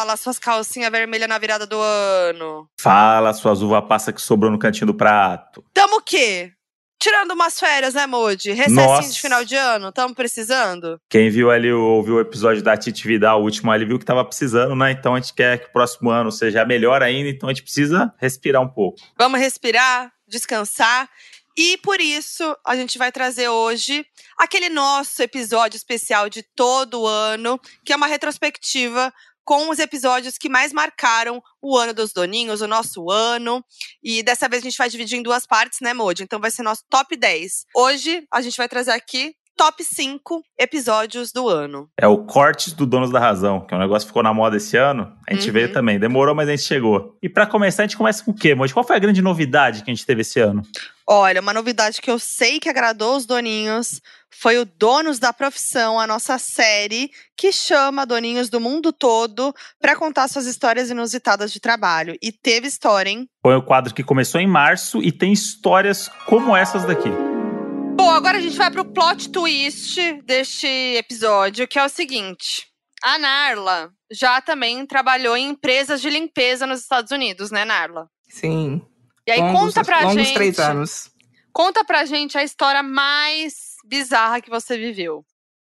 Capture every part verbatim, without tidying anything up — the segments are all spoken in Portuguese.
Fala, suas calcinhas vermelhas na virada do ano. Fala, suas uva passa que sobrou no cantinho do prato. Tamo o quê? Tirando umas férias, né, Moody? Recessinho Nossa. de final de ano, tamo precisando? Quem viu ali, ouviu o episódio da Titi Vidal, o último ali, viu que tava precisando, né? Então a gente quer que o próximo ano seja melhor ainda, então a gente precisa respirar um pouco. Vamos respirar, descansar. E por isso, a gente vai trazer hoje aquele nosso episódio especial de todo o ano, que é uma retrospectiva com os episódios que mais marcaram o ano dos doninhos, o nosso ano. E dessa vez a gente vai dividir em duas partes, né, Moody? Então vai ser nosso top dez. Hoje a gente vai trazer aqui top cinco episódios do ano. É o Cortes do Donos da Razão, que é um negócio que ficou na moda esse ano. A gente uhum. veio também. Demorou, mas a gente chegou. E pra começar, a gente começa com o quê, Moody? Qual foi a grande novidade que a gente teve esse ano? Olha, uma novidade que eu sei que agradou os doninhos foi o Donos da Profissão, a nossa série que chama doninhos do mundo todo para contar suas histórias inusitadas de trabalho. E teve história, hein? Foi o quadro que começou em março e tem histórias como essas daqui. Bom, agora a gente vai pro plot twist deste episódio, que é o seguinte. A Narla já também trabalhou em empresas de limpeza nos Estados Unidos, né, Narla? Sim. E aí, longos, conta pra longos gente… três anos. Conta pra gente a história mais bizarra que você viveu.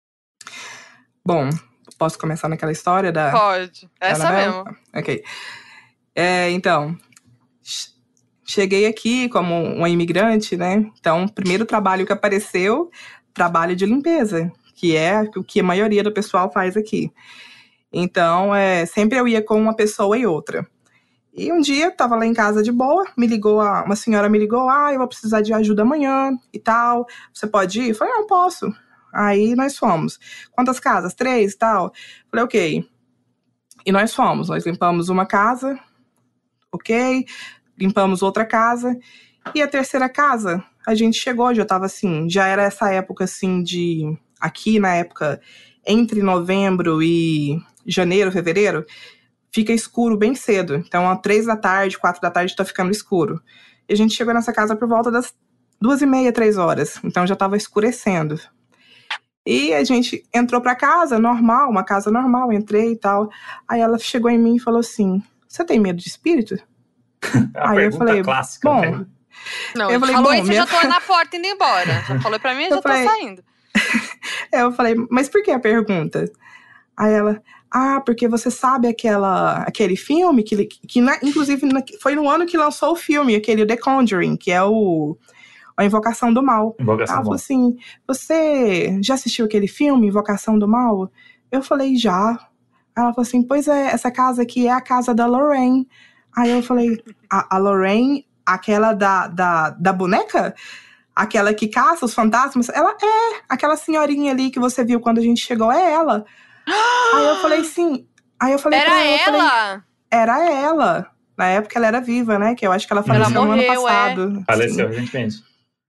Bom, posso começar naquela história da… Pode, essa mesmo. Ok. É, então… Cheguei aqui como uma imigrante, né? Então, o primeiro trabalho que apareceu, trabalho de limpeza, que é o que a maioria do pessoal faz aqui. Então, é, sempre eu ia com uma pessoa e outra. E um dia, tava lá em casa de boa, me ligou, a, uma senhora me ligou, ah, eu vou precisar de ajuda amanhã e tal, você pode ir? Eu falei, não, posso. Aí, nós fomos. Quantas casas? Três e tal? Falei, ok. E nós fomos, nós limpamos uma casa, ok, limpamos outra casa, e a terceira casa, a gente chegou, já tava assim, já era essa época assim de, aqui na época, entre novembro e janeiro, fevereiro, fica escuro bem cedo, então às três da tarde, quatro da tarde tá ficando escuro. E a gente chegou nessa casa por volta das duas e meia, três horas, então já tava escurecendo. E a gente entrou pra casa, normal, uma casa normal, entrei e tal, aí ela chegou em mim e falou assim, você tem medo de espírito? A aí eu falei, clássica, bom… né? Não, eu falei, falou bom, isso, minha... eu já tô na porta indo embora. Já falou pra mim, eu já falei... tô saindo. Eu falei, mas por que a pergunta? Aí ela, ah, porque você sabe aquela, aquele filme, que, que na, inclusive foi no ano que lançou o filme, aquele The Conjuring, que é o A Invocação do Mal. Invocação ela do falou Mal. assim, você já assistiu aquele filme, Invocação do Mal? Eu falei, já. Ela falou assim, pois é, essa casa aqui é a casa da Lorraine. Aí eu falei, a, a Lorraine, aquela da, da, da boneca? Aquela que caça os fantasmas? Ela é, aquela senhorinha ali que você viu quando a gente chegou, é ela. Aí eu falei assim, aí eu falei Era pra ela, eu ela? falei, era ela. Na época ela era viva, né? Que eu acho que ela faleceu ela morreu, no ano passado. É. Faleceu, recentemente.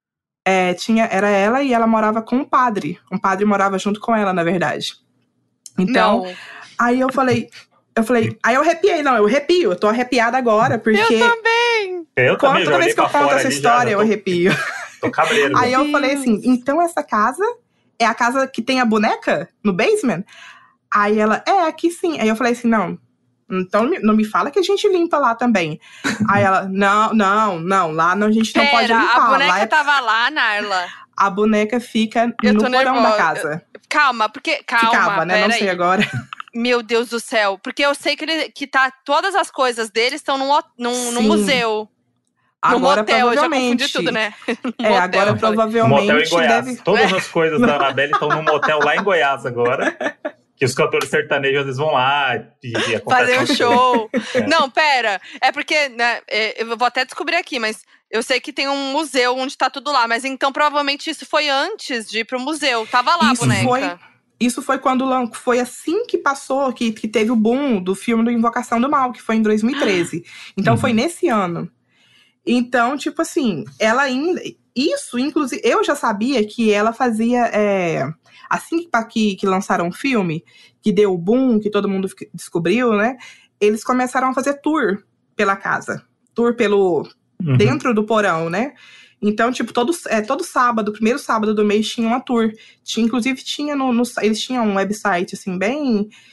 É, tinha, era ela e ela morava com um padre. Um padre morava junto com ela, na verdade. Então, Não. aí eu falei… Eu falei, aí eu arrepiei, não, eu arrepio, eu tô arrepiada agora, porque… Eu também! Eu também, toda vez que eu conto essa história, eu tô, arrepio. Tô cabreiro. Aí eu falei assim, então essa casa é a casa que tem a boneca no basement? Aí ela, é, aqui sim. Aí eu falei assim, não, então não me fala que a gente limpa lá também. Aí ela, não, não, não, lá não, a gente não Pera, pode limpar. a boneca lá é... tava lá, Narla? A boneca fica eu no tô porão nervosa. da casa. Calma, porque… Calma, Ficava, né? Não sei aí. agora. Meu Deus do céu. Porque eu sei que, ele, que tá, todas as coisas dele estão num, num, num museu. Agora, no motel, provavelmente. Eu já confundi tudo, né? É, motel, agora provavelmente… No motel em Goiás. Deve... Todas as coisas da Anabelle estão no motel lá em Goiás agora. Que os cantores sertanejos às vezes vão lá e, e fazer um show. É. Não, pera. É porque, né, eu vou até descobrir aqui, mas eu sei que tem um museu onde tá tudo lá. Mas então, provavelmente, isso foi antes de ir pro museu. Tava lá isso a boneca. Foi, isso foi quando… Foi assim que passou, que, que teve o boom do filme do Invocação do Mal, que foi em dois mil e treze. Então, uhum. foi nesse ano. Então, tipo assim, ela ainda… Isso, inclusive, eu já sabia que ela fazia… É, assim que, que lançaram o filme, que deu o boom, que todo mundo descobriu, né? Eles começaram a fazer tour pela casa. Tour pelo… Uhum. Dentro do porão, né? Então, tipo, todo, é, todo sábado, primeiro sábado do mês, tinha uma tour. Tinha, inclusive, tinha no, no… Eles tinham um website, assim, bem…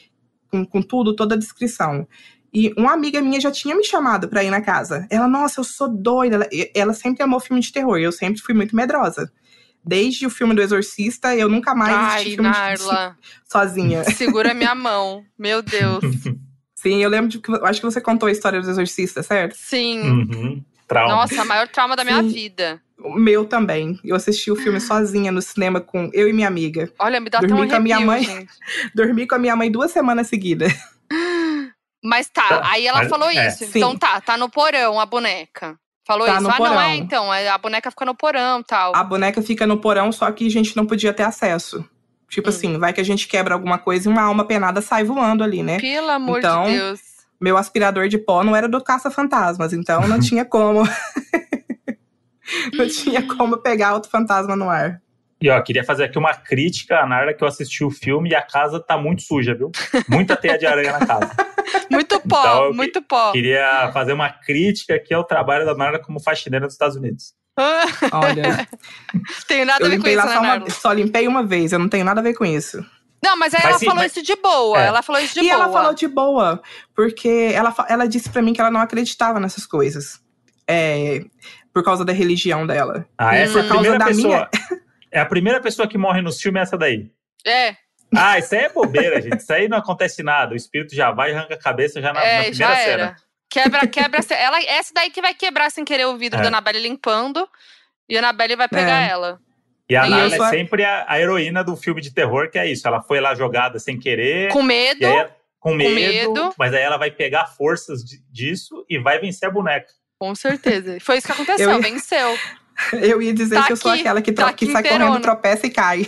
com, com tudo, toda a descrição. E uma amiga minha já tinha me chamado pra ir na casa. Ela, nossa, eu sou doida. Ela, ela sempre amou filme de terror. Eu sempre fui muito medrosa. Desde o filme do Exorcista, eu nunca mais Ai, assisti filme Narla. de, sozinha. Segura minha mão. Meu Deus. Sim, eu lembro de que. Acho que você contou a história do Exorcista, certo? Sim. Uhum. Trauma. Nossa, a maior trauma da minha Sim. vida. O meu também. Eu assisti o filme sozinha no cinema com eu e minha amiga. Olha, me dá Dormi até um com a arrepio, minha mãe. gente. Dormi com a minha mãe duas semanas seguidas. Mas tá, Tá, aí ela mas- falou é. isso. Então Sim. tá, tá no porão a boneca. Falou Tá isso. no Ah, não porão. é, então. é- A boneca fica no porão e tal. A boneca fica no porão, só que a gente não podia ter acesso. Tipo Hum. assim, vai que a gente quebra alguma coisa e uma alma penada sai voando ali, né? Pelo amor Então, de Deus. Meu aspirador de pó não era do caça-fantasmas, então não tinha como. Não tinha como pegar outro fantasma no ar. E ó, queria fazer aqui uma crítica à Narla, que eu assisti o filme e a casa tá muito suja, viu? Muita teia de aranha na casa. Muito pó, Então, eu muito pó. Queria fazer uma crítica aqui ao trabalho da Narla como faxineira dos Estados Unidos. Olha, Tenho nada eu a ver com limpei isso, lá né, só uma, Narla? só limpei uma vez, eu não tenho nada a ver com isso. Não, mas aí Mas ela sim, falou mas- isso de boa. É. Ela falou isso de E boa. ela falou de boa, porque ela, fa- ela disse pra mim que ela não acreditava nessas coisas. É, por causa da religião dela. Ah, Hum. essa é a Por causa primeira da pessoa. minha- É a primeira pessoa que morre nos filmes, é essa daí. É, Ah, isso aí é bobeira, gente. Isso aí não acontece nada. O espírito já vai e arranca a cabeça já na, na é, primeira já cena. era. Quebra, quebra. ela, essa daí que vai quebrar sem querer o vidro É. da Annabelle limpando. E a Annabelle vai pegar É. ela. E a E Narla eu sou é a- sempre a, a heroína do filme de terror, que é isso. Ela foi lá jogada sem querer. Com medo. E aí, com medo, medo. Mas aí ela vai pegar forças de- disso e vai vencer a boneca. Com certeza. Foi isso que aconteceu, Eu ia- venceu. Eu ia dizer Tá que eu sou aqui, aquela que, tro- tá que aqui sai inteirona. correndo, tropeça e cai.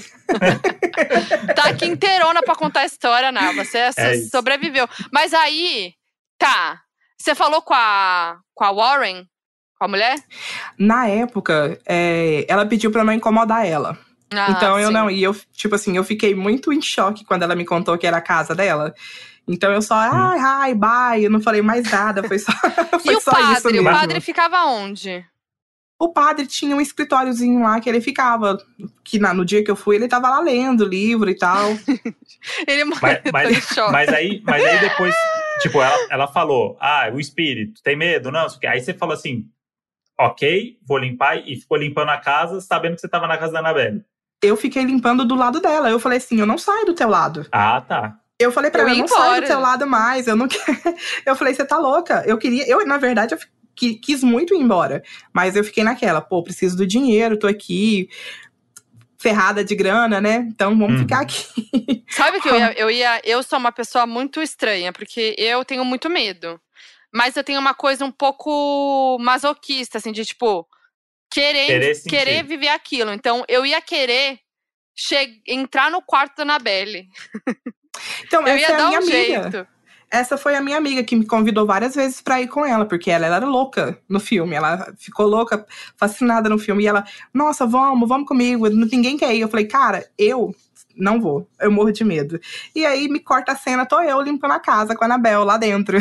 Tá aqui inteirona pra contar a história, Ná. Você É so- isso. sobreviveu. Mas aí, tá. Você falou com a, com a Warren? Com a mulher? Na época, é, ela pediu pra não incomodar ela. Ah, Então eu sim. não, e eu, tipo assim, eu fiquei muito em choque quando ela me contou que era a casa dela. Então eu só, ai, ai, bye, eu não falei mais nada, foi só, foi E o só isso padre? O mesmo. padre ficava onde? O padre tinha um escritóriozinho lá que ele ficava, que na- no dia que eu fui ele tava lá lendo livro e tal. Ele Mas, morreu em mas, choque. mas, aí, mas aí depois, tipo, ela, ela falou, ah, o espírito, tem medo? Não, sei o quê. Aí você falou assim, ok, vou limpar, e ficou limpando a casa, sabendo que você tava na casa da Annabelle. Eu fiquei limpando do lado dela. Eu falei assim, eu não saio do teu lado. Ah, tá. Eu falei pra Eu ela, eu ia não saio embora. do teu lado mais, eu não quero. Eu falei, você tá louca? Eu queria, eu, na verdade, eu qui- quis muito ir embora. Mas eu fiquei naquela, pô, preciso do dinheiro, tô aqui, ferrada de grana, né? Então vamos Uhum. ficar aqui. Sabe que eu ia, eu ia. Eu sou uma pessoa muito estranha, porque eu tenho muito medo. Mas eu tenho uma coisa um pouco masoquista, assim, de tipo, querer, Querer sentir. querer viver aquilo. Então eu ia querer che- entrar no quarto da Annabelle. Então, Eu essa ia é a dar minha um amiga. jeito. Essa foi a minha amiga que me convidou várias vezes pra ir com ela, porque ela, ela era louca no filme. Ela ficou louca, fascinada no filme. E ela, nossa, vamos, vamos comigo. Ninguém quer ir. Eu falei, cara, eu não vou. Eu morro de medo. E aí me corta a cena, tô eu limpando a casa com a Anabel lá dentro.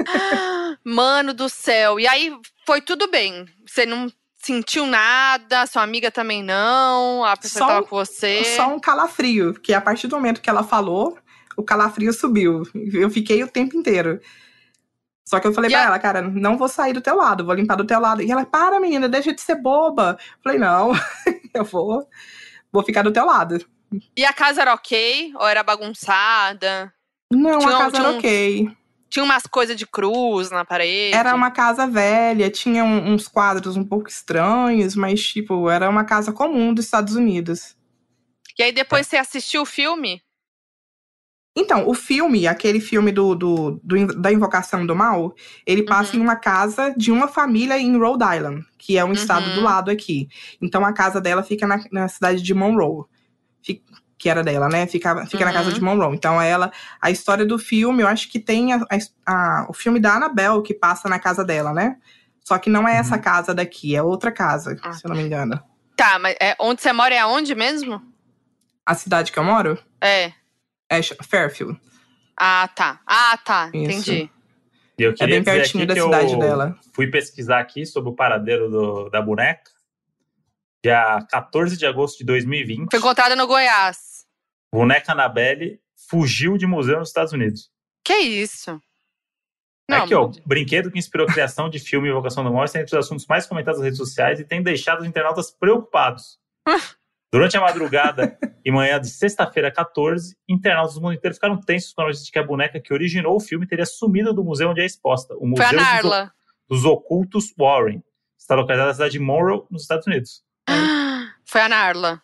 Mano do céu. E aí foi tudo bem. Você não sentiu nada, sua amiga também não, a pessoa Só que tava um- com você. Só um calafrio, que a partir do momento que ela falou, o calafrio subiu. Eu fiquei o tempo inteiro. Só que eu falei E pra a- ela, cara, não vou sair do teu lado, vou limpar do teu lado. E ela, para, menina, deixa de ser boba. Eu falei, não, eu vou, vou ficar do teu lado. E a casa era ok? Ou era bagunçada? Não, Tinha um- a casa tinha era uns- ok. Tinha umas coisas de cruz na parede? Era uma casa velha, tinha um- uns quadros um pouco estranhos, mas, tipo, era uma casa comum dos Estados Unidos. E aí depois você assistiu o filme? Então, o filme, aquele filme do, do, do in- da Invocação do Mal, ele passa Uhum. em uma casa de uma família em Rhode Island, que é um estado Uhum. do lado aqui. Então, a casa dela fica na, na cidade de Monroe, fi- que era dela, né? Fica, fica na Uhum. casa de Monroe. Então, ela, a história do filme, eu acho que tem a, a- a- o filme da Annabelle que passa na casa dela, né? Só que não é essa Uhum. casa daqui, é outra casa, Ah, se eu não me engano. Tá, mas é, onde você mora é aonde mesmo? A cidade que eu moro É. é Fairfield. Ah, tá. Ah, tá. Isso. Entendi. E eu É queria bem dizer pertinho aqui da que cidade eu dela. fui pesquisar aqui sobre o paradeiro do- da boneca. Dia quatorze de agosto de dois mil e vinte. Foi encontrada no Goiás. Boneca Annabelle fugiu de museu nos Estados Unidos. Que isso? É Não, aqui, ó, Moody. brinquedo que inspirou a criação de filme Invocação do Mal está entre os assuntos mais comentados nas redes sociais e tem deixado os internautas preocupados. Durante a madrugada e manhã de sexta-feira, quatorze, internautas do mundo inteiro ficaram tensos com a notícia de que a boneca que originou o filme teria sumido do museu onde é exposta, o Foi a Museu dos, Narla. dos Ocultos Warren. Está localizado na cidade de Monroe, nos Estados Unidos. Foi a Narla.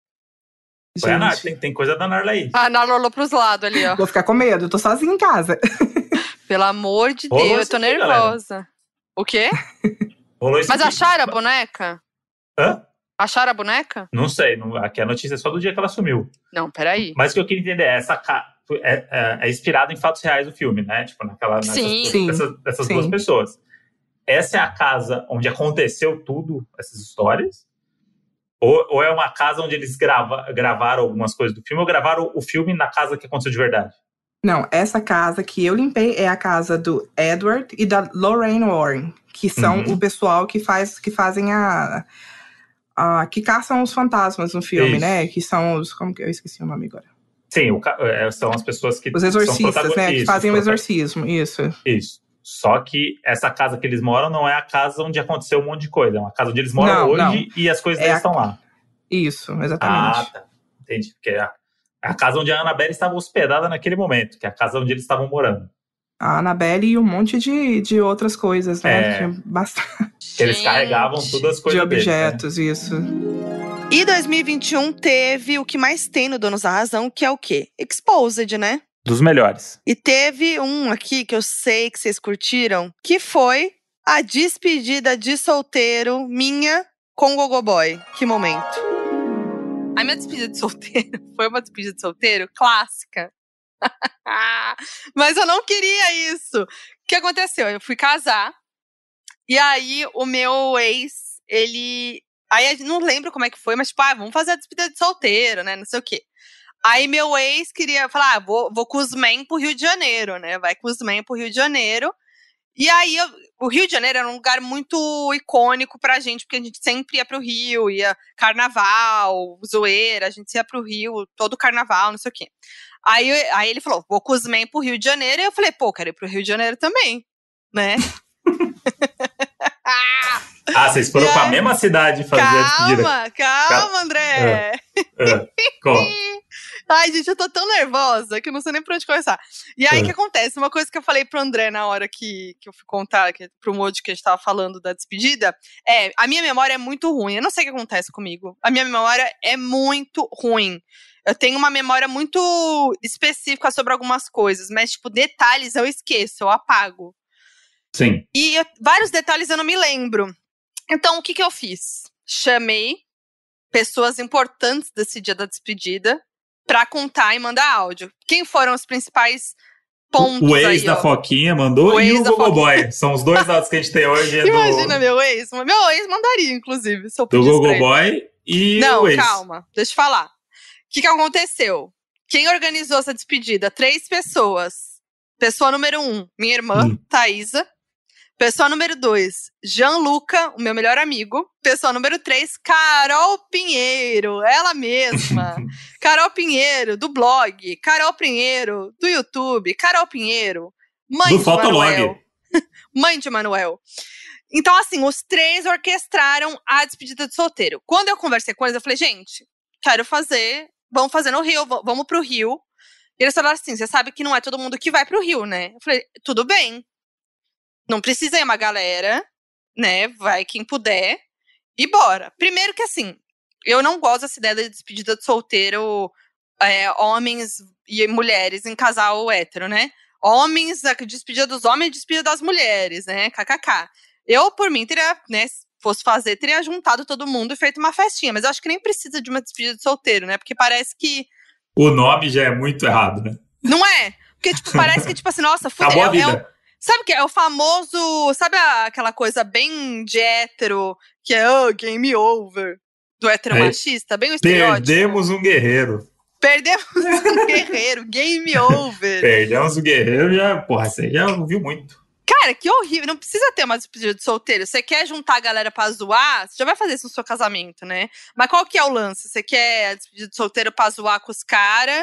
Foi a Narla, Gente, tem, tem coisa da Narla aí. A Narla olhou pros lados ali, ó. vou ficar com medo, eu tô sozinha em casa. Pelo amor de Rolou Deus, eu isso tô aqui, nervosa. O quê? Rolou isso Mas aqui. acharam a boneca? Hã? Acharam a boneca? Não sei, não, aqui a notícia é só do dia que ela sumiu. Não, peraí. Mas o que eu queria entender é, essa ca... é, é, é inspirado em fatos reais do filme, né? Tipo, naquela, nessas, Sim. Sim, dessas, dessas sim. duas pessoas. Essa é a casa onde aconteceu tudo, essas histórias? Ou, ou é uma casa onde eles grava, gravaram algumas coisas do filme, ou gravaram o filme na casa que aconteceu de verdade? Não, essa casa que eu limpei é a casa do Edward e da Lorraine Warren, que são Uhum. o pessoal que, faz, que fazem a, a... que caçam os fantasmas no filme, Isso. né? Que são os... Como que eu esqueci o nome agora? Sim, o, é, são as pessoas que Os são exorcistas, né? Que protagonistas, fazem o prota- exorcismo, isso. Isso. Só que essa casa que eles moram não é a casa onde aconteceu um monte de coisa. É uma casa onde eles moram Não, hoje não. e as coisas É deles a- estão lá. Isso, exatamente. Ah, tá. Entendi. Porque é a, é a casa onde a Annabelle estava hospedada naquele momento, que é a casa onde eles estavam morando. A Annabelle e um monte de, de outras coisas, né? É. Tinha bastante Que eles carregavam todas as coisas de deles, né? objetos, isso. E dois mil e vinte e um teve o que mais tem no Donos da Razão, que é o quê? Exposed, né? Dos melhores. E teve um aqui que eu sei que vocês curtiram, que foi a despedida de solteiro minha com o Gogoboy. Que momento. A minha despedida de solteiro foi uma despedida de solteiro clássica. Mas eu não queria isso. O que aconteceu? Eu fui casar, e aí o meu ex, ele... Aí eu não lembro como é que foi, mas tipo, ah, vamos fazer a despedida de solteiro, né? Não sei o quê. Aí meu ex queria falar, ah, vou, vou com os men pro Rio de Janeiro, né? Vai com os men pro Rio de Janeiro. E aí, eu, o Rio de Janeiro era um lugar muito icônico pra gente, porque a gente sempre ia pro Rio, ia carnaval, zoeira, a gente ia pro Rio, todo carnaval, não sei o quê. Aí, aí ele falou, vou com os men pro Rio de Janeiro, e eu falei, pô, quero ir pro Rio de Janeiro também, né? Ah, vocês foram E pra aí- mesma cidade fazer a despedida. Calma, calma, André! Ah, como? Ai, gente, eu tô tão nervosa que eu não sei nem por onde começar. E aí, o É. que acontece? Uma coisa que eu falei pro André na hora que, que eu fui contar, que, pro Moody que a gente tava falando da despedida, é, a minha memória é muito ruim. Eu não sei o que acontece comigo. A minha memória é muito ruim. Eu tenho uma memória muito específica sobre algumas coisas, mas, tipo, detalhes eu esqueço, eu apago. Sim. E eu- vários detalhes eu não me lembro. Então, o que que eu fiz? Chamei pessoas importantes desse dia da despedida pra contar e mandar áudio. Quem foram os principais pontos O ex aí, da ó? Foquinha mandou O e ex o da Gogoboy. São os dois dados que a gente tem hoje. É do, Imagina meu ex. Meu ex mandaria, inclusive, se eu do pedisse pra ele. Gogoboy e Não, o ex. calma. Deixa eu falar. O que que aconteceu? Quem organizou essa despedida? Três pessoas. Pessoa número um, minha irmã, Hum. Thaísa. Pessoa número dois, Gianluca, o meu melhor amigo. Pessoa número três, Carol Pinheiro, ela mesma. Carol Pinheiro, do blog. Carol Pinheiro, do YouTube. Carol Pinheiro, mãe Do de Fotolog. Manuel. Mãe de Manuel. Então, assim, os três orquestraram a despedida de solteiro. Quando eu conversei com eles, eu falei, gente, quero fazer, vamos fazer no Rio, v- vamos pro Rio. E eles falaram assim, você sabe que não é todo mundo que vai pro Rio, né? Eu falei, tudo bem. Não precisa ir uma galera, né? Vai quem puder e bora. Primeiro que assim, eu não gosto dessa ideia da despedida de solteiro, é, homens e mulheres em casal hétero, né? Homens, a despedida dos homens e despedida das mulheres, né? K K K. Eu, por mim, teria, né? Se fosse fazer, teria juntado todo mundo e feito uma festinha. Mas eu acho que nem precisa de uma despedida de solteiro, né? Porque parece que. O nome já é muito errado, né? Não é? Porque, tipo, parece que, tipo assim, nossa, fudeu. Acabou a é- é um- vida. Sabe o que é? É o famoso. Sabe a- aquela coisa bem de hétero, que é oh, game over, do hétero Aí, machista? Bem o estereótipo. Perdemos um guerreiro. Perdemos um guerreiro, game over. Perdemos um guerreiro, já, porra, você já ouviu muito. Cara, que horrível. Não precisa ter uma despedida de solteiro. Você quer juntar a galera pra zoar, você já vai fazer isso no seu casamento, né? Mas qual que é o lance? Você quer a despedida de solteiro pra zoar com os caras?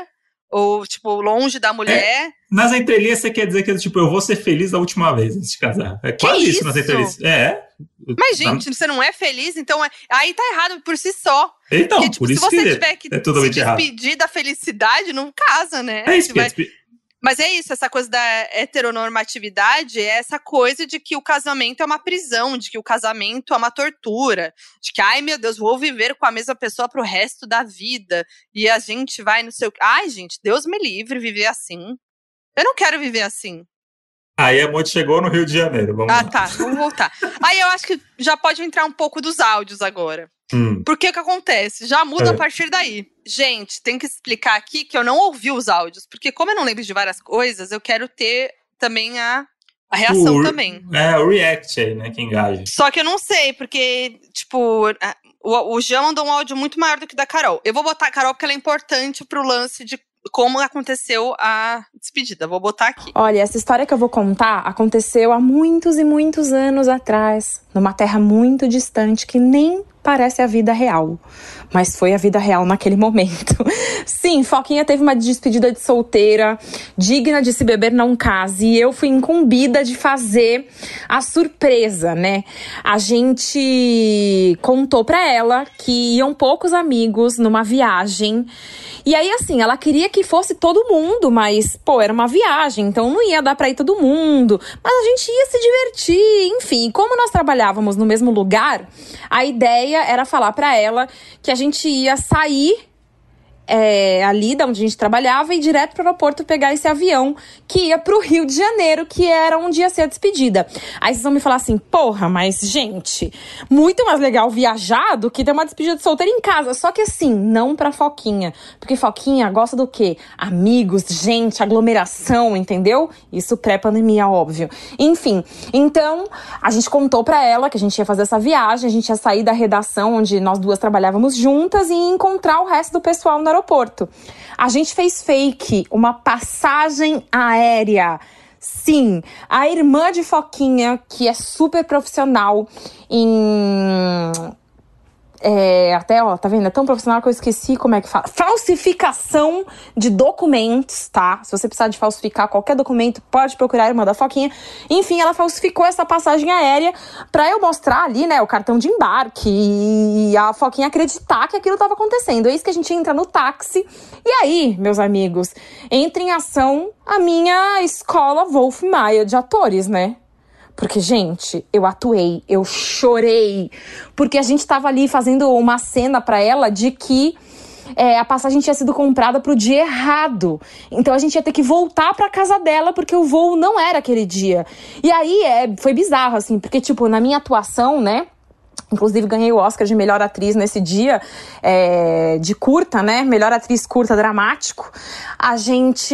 ou, tipo, longe da mulher. É, nas entrelinhas você quer dizer que, tipo, eu vou ser feliz da última vez antes de casar. É quase isso? isso nas entrelinhas. É. Mas, gente, você não é feliz, então é... aí tá errado por si só. Então, Porque, tipo, por isso se você que tiver que é totalmente se despedir errado. da felicidade, não casa, né? É isso, Você que vai... é despe... Mas é isso, essa coisa da heteronormatividade é essa coisa de que o casamento é uma prisão, de que o casamento é uma tortura, de que, ai meu Deus, vou viver com a mesma pessoa pro resto da vida, e a gente vai no seu... Ai, gente, Deus me livre viver assim. Eu não quero viver assim. Aí a Monte chegou no Rio de Janeiro, vamos ah, lá. Ah, tá, vamos voltar. Aí eu acho que já pode entrar um pouco dos áudios agora. Hum. Porque o que acontece? Já muda é. a partir daí. Gente, tem que explicar aqui que eu não ouvi os áudios, porque como eu não lembro de várias coisas, eu quero ter também a, a reação o, também. É, o react aí, né, que engaja. Só que eu não sei, porque, tipo, o, o Jean mandou um áudio muito maior do que o da Carol. Eu vou botar a Carol porque ela é importante pro lance de como aconteceu a despedida. Vou botar aqui. Olha, essa história que eu vou contar aconteceu há muitos e muitos anos atrás, numa terra muito distante que nem parece a vida real. Mas foi a vida real naquele momento. Sim, Foquinha teve uma despedida de solteira, digna de se beber não case. E eu fui incumbida de fazer a surpresa, né? A gente contou pra ela que iam poucos amigos numa viagem. E aí, assim, ela queria que fosse todo mundo, mas, pô, era uma viagem, então não ia dar pra ir todo mundo. Mas a gente ia se divertir, enfim. Como nós trabalhávamos no mesmo lugar, a ideia era falar pra ela que a gente ia sair é, ali da onde a gente trabalhava e ir direto pro aeroporto pegar esse avião que ia pro Rio de Janeiro, que era onde ia ser a despedida. Aí vocês vão me falar assim, porra, mas gente, muito mais legal viajar do que ter uma despedida de solteiro em casa. Só que assim, não pra Foquinha, porque Foquinha gosta do quê? Amigos, gente, aglomeração, entendeu? Isso pré-pandemia, óbvio. Enfim, então a gente contou pra ela que a gente ia fazer essa viagem, a gente ia sair da redação onde nós duas trabalhávamos juntas e encontrar o resto do pessoal no aeroporto. A gente fez fake, uma passagem aérea. Sim, a irmã de Foquinha, que é super profissional em... É, até, ó, tá vendo? É tão profissional que eu esqueci como é que fala. Falsificação de documentos, tá? Se você precisar de falsificar qualquer documento, pode procurar a irmã da Foquinha. Enfim, ela falsificou essa passagem aérea pra eu mostrar ali, né, o cartão de embarque e a Foquinha acreditar que aquilo tava acontecendo. É isso que a gente entra no táxi. E aí, meus amigos, entra em ação a minha escola Wolf Maia de atores, né? Porque, gente, eu atuei, eu chorei, porque a gente tava ali fazendo uma cena pra ela de que é, a passagem tinha sido comprada pro dia errado. Então a gente ia ter que voltar pra casa dela, porque o voo não era aquele dia. E aí é, foi bizarro, assim, porque, tipo, na minha atuação, né? Inclusive, ganhei o Oscar de melhor atriz nesse dia, é, de curta, né? Melhor atriz curta dramático. A gente,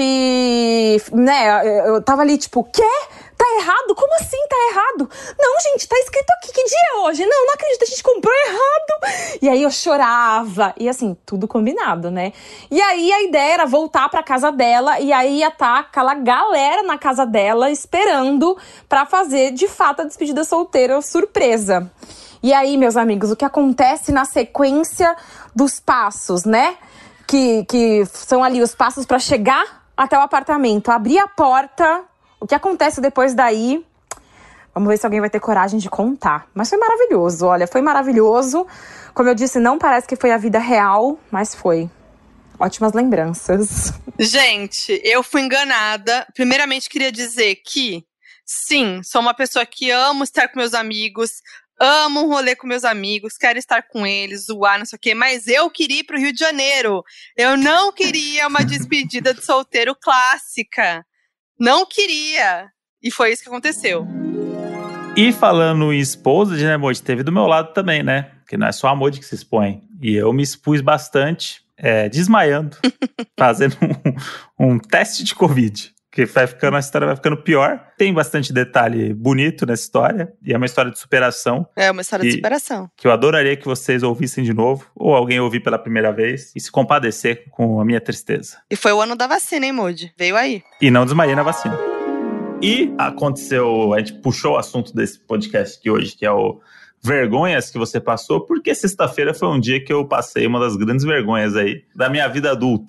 né? Eu tava ali, tipo, quê? Tá errado? Como assim tá errado? Não, gente, tá escrito aqui. Que dia é hoje? Não, não acredito, a gente comprou errado. E aí eu chorava. E assim, tudo combinado, né? E aí a ideia era voltar pra casa dela. E aí ia estar aquela galera na casa dela esperando pra fazer, de fato, a despedida solteira surpresa. E aí, meus amigos, o que acontece na sequência dos passos, né? Que, que são ali os passos pra chegar até o apartamento. Abrir a porta... O que acontece depois daí, vamos ver se alguém vai ter coragem de contar. Mas foi maravilhoso, olha, foi maravilhoso. Como eu disse, não parece que foi a vida real, mas foi. Ótimas lembranças. Gente, eu fui enganada. Primeiramente, queria dizer que, sim, sou uma pessoa que amo estar com meus amigos, amo um rolê com meus amigos, quero estar com eles, zoar, não sei o quê, mas eu queria ir pro Rio de Janeiro. Eu não queria uma despedida de solteiro clássica. Não queria. E foi isso que aconteceu. E falando em esposa, né, Moji, teve do meu lado também, né? Porque não é só a Moji que se expõe. E eu me expus bastante, é, desmaiando, fazendo um, um teste de Covid. Que vai ficando, a história vai ficando pior. Tem bastante detalhe bonito nessa história. E é uma história de superação. É uma história que, de superação. Que eu adoraria que vocês ouvissem de novo. Ou alguém ouvir pela primeira vez. E se compadecer com a minha tristeza. E foi o ano da vacina, hein, Moody? Veio aí. E não desmaiei na vacina. E aconteceu... A gente puxou o assunto desse podcast aqui hoje, que é o vergonhas que você passou. Porque sexta-feira foi um dia que eu passei uma das grandes vergonhas aí da minha vida adulta.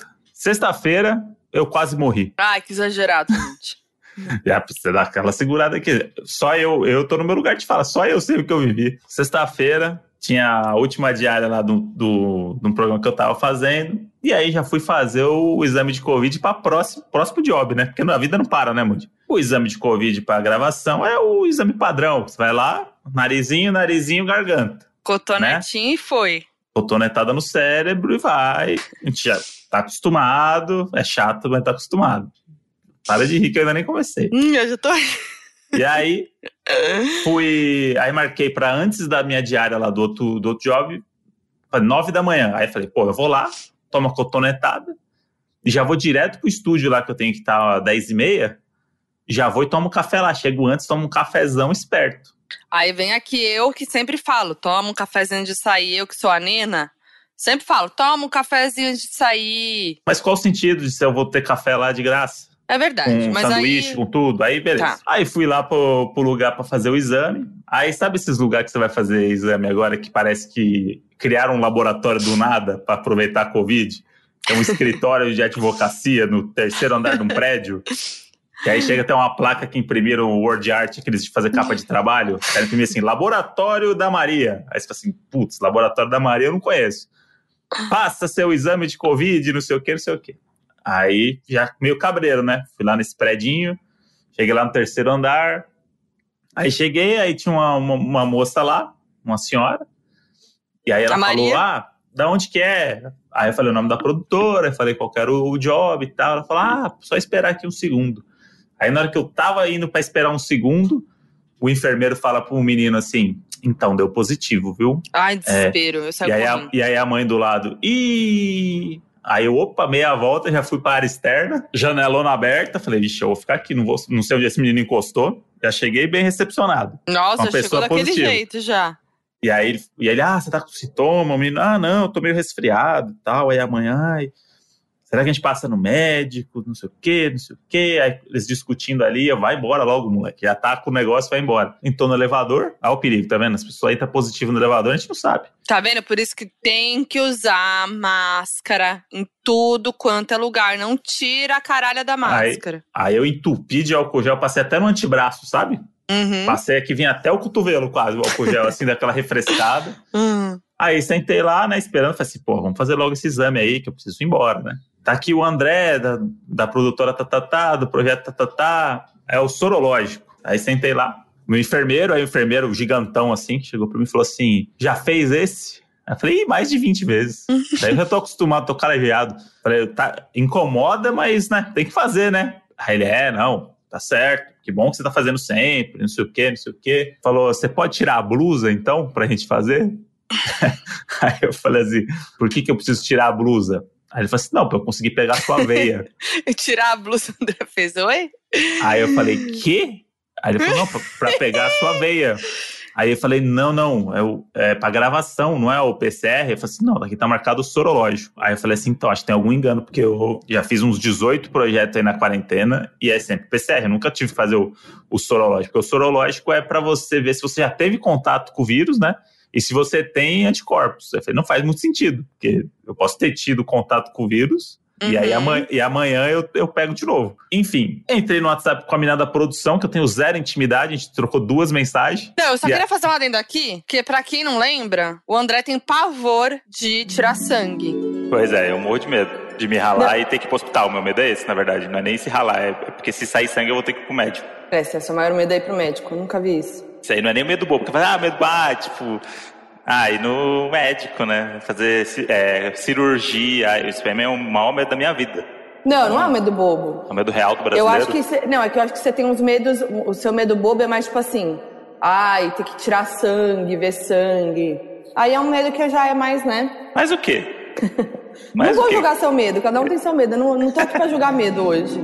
Sexta-feira, eu quase morri. Ai, que exagerado, gente. Já precisa dar aquela segurada aqui. Só eu, eu tô no meu lugar de fala, só eu sei o que eu vivi. Sexta-feira, tinha a última diária lá do, do, do programa que eu tava fazendo. E aí já fui fazer o exame de Covid pra próximo, próximo job, né? Porque a vida não para, né, Mude? O exame de Covid pra gravação é o exame padrão. Você vai lá, narizinho, narizinho, garganta. Cotonetinho, né? E foi. Cotonetada no cérebro e vai. A gente já tá acostumado. É chato, mas tá acostumado. Para de rir que eu ainda nem comecei. Hum, eu já tô... E aí, fui... Aí marquei pra antes da minha diária lá do outro, do outro job, pra nove da manhã. Aí falei, pô, eu vou lá, tomo a cotonetada e já vou direto pro estúdio lá que eu tenho que estar às dez e meia. Já vou e tomo um café lá. Chego antes, tomo um cafezão esperto. Aí vem aqui eu que sempre falo, toma um cafezinho de sair, eu que sou a Nena, sempre falo, toma um cafezinho de sair. Mas qual o sentido de se eu vou ter café lá de graça? É verdade. Com mas sanduíche, aí... com tudo. Aí, beleza. Tá. Aí fui lá pro, pro lugar pra fazer o exame. Aí, sabe esses lugares que você vai fazer exame agora que parece que criaram um laboratório do nada pra aproveitar a Covid? É um escritório de advocacia no terceiro andar de um prédio. Que aí chega até uma placa que imprimiram o Word Art, aqueles de fazer capa de trabalho. Quero imprimir assim, Laboratório da Maria. Aí você fala assim, putz, Laboratório da Maria eu não conheço. Passa seu exame de Covid, não sei o que, não sei o que. Aí, já meio cabreiro, né? Fui lá nesse predinho, cheguei lá no terceiro andar. Aí cheguei, aí tinha uma, uma, uma moça lá, uma senhora. E aí ela falou, ah, da onde que é? Aí eu falei o nome da produtora, falei qual era o job e tal. Ela falou, ah, só esperar aqui um segundo. Aí na hora que eu tava indo pra esperar um segundo, o enfermeiro fala pro menino assim, então, deu positivo, viu? Ai, desespero, é, eu saio e aí, a, e aí a mãe do lado, ih... Aí eu, opa, meia volta, já fui para a área externa, janelona aberta, falei, vixe, eu vou ficar aqui, não, vou, não sei onde esse menino encostou. Já cheguei bem recepcionado. Nossa, chegou daquele positiva. Jeito já. E aí, e ele, ah, você tá com sintoma? O menino, ah, não, eu tô meio resfriado e tal. Aí a mãe, ai, será que a gente passa no médico? Não sei o quê, não sei o quê. Aí eles discutindo ali, vai embora logo, moleque. Já tá com o negócio, vai embora. Entrou no elevador, olha o perigo, tá vendo? As pessoas aí tá positivo no elevador, a gente não sabe. Tá vendo? Por isso que tem que usar máscara em tudo quanto é lugar. Não tira a caralha da máscara. Aí, aí eu entupi de álcool gel, passei até no antebraço, sabe? Uhum. Passei aqui, vinha até o cotovelo quase, o álcool gel, assim, daquela refrescada. Uhum. Aí sentei lá, né, esperando, falei assim, pô, vamos fazer logo esse exame aí, que eu preciso ir embora, né? Tá aqui o André, da, da produtora Tatatá, do projeto Tatatá, é o sorológico. Aí sentei lá, meu enfermeiro, aí o enfermeiro gigantão, assim, que chegou pra mim e falou assim, já fez esse? Aí eu falei, mais de vinte vezes. Daí eu já tô acostumado, tô carajeado. Falei, tá, incomoda, mas, né, tem que fazer, né? Aí ele, é, não, tá certo, que bom que você tá fazendo sempre, não sei o quê, não sei o quê. Falou, você pode tirar a blusa, então, pra gente fazer? Aí eu falei assim, por que que eu preciso tirar a blusa? Aí ele falou assim, não, pra eu conseguir pegar a sua veia. Tirar a blusa, o André fez, oi? Aí eu falei, quê? Aí ele falou, não, pra, pra pegar a sua veia. Aí eu falei, não, não, é, o, é pra gravação, não é o P C R? Ele falou assim, não, aqui tá marcado o sorológico. Aí eu falei assim, então, acho que tem algum engano, porque eu já fiz uns dezoito projetos aí na quarentena e é sempre P C R, eu nunca tive que fazer o, o sorológico. O sorológico é pra você ver se você já teve contato com o vírus, né? E se você tem anticorpos. Eu falei, não faz muito sentido, porque eu posso ter tido contato com o vírus, uhum. e aí amanhã, e amanhã eu, eu pego de novo. Enfim, entrei no WhatsApp com a menina da produção, que eu tenho zero intimidade, a gente trocou duas mensagens. Não, eu só queria a... fazer um adendo aqui, que pra quem não lembra, o André tem pavor de tirar sangue. Pois é, eu morro de medo de me ralar não. e ter que ir pro hospital. O meu medo é esse, na verdade, não é nem se ralar, é porque se sair sangue eu vou ter que ir pro médico. É, esse é o seu maior medo aí pro médico, eu nunca vi isso. Isso aí não é nem o medo bobo, porque ah, medo, ah, tipo... Ah, e no médico, né? Fazer é, cirurgia, isso é o maior medo da minha vida. Não, não é um medo bobo. É o medo real do brasileiro. Eu acho que cê, não, é que eu acho que você tem uns medos, o seu medo bobo é mais tipo assim, ai, ter que tirar sangue, ver sangue. Aí é um medo que já é mais, né? Mas o quê? Mas não vou o quê? Julgar seu medo, cada um tem seu medo, eu não, não tô aqui pra julgar medo hoje.